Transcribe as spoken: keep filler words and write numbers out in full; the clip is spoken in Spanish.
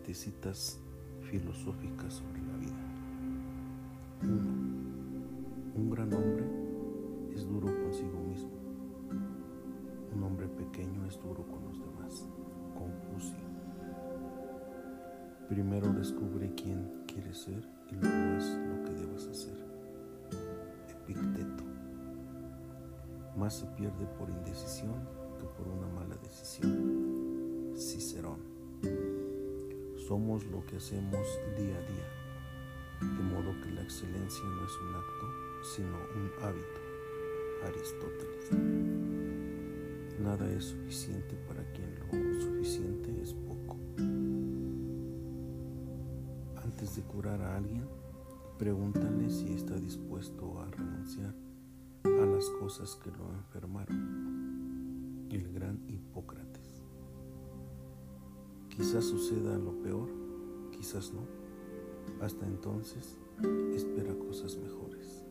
siete citas filosóficas sobre la vida. uno. Un gran hombre es duro consigo mismo. Un hombre pequeño es duro con los demás. Confucio. Primero descubre quién quieres ser y luego haz lo que debas hacer. Epicteto. Más se pierde por indecisión que por una mala decisión. Cicerón. Somos lo que hacemos día a día, de modo que la excelencia no es un acto, sino un hábito. Aristóteles. Nada es suficiente para quien lo suficiente es poco. Antes de curar a alguien, pregúntale si está dispuesto a renunciar a las cosas que lo enfermaron. El gran Hipócrates. Quizás suceda lo peor, quizás no. Hasta entonces, espera cosas mejores.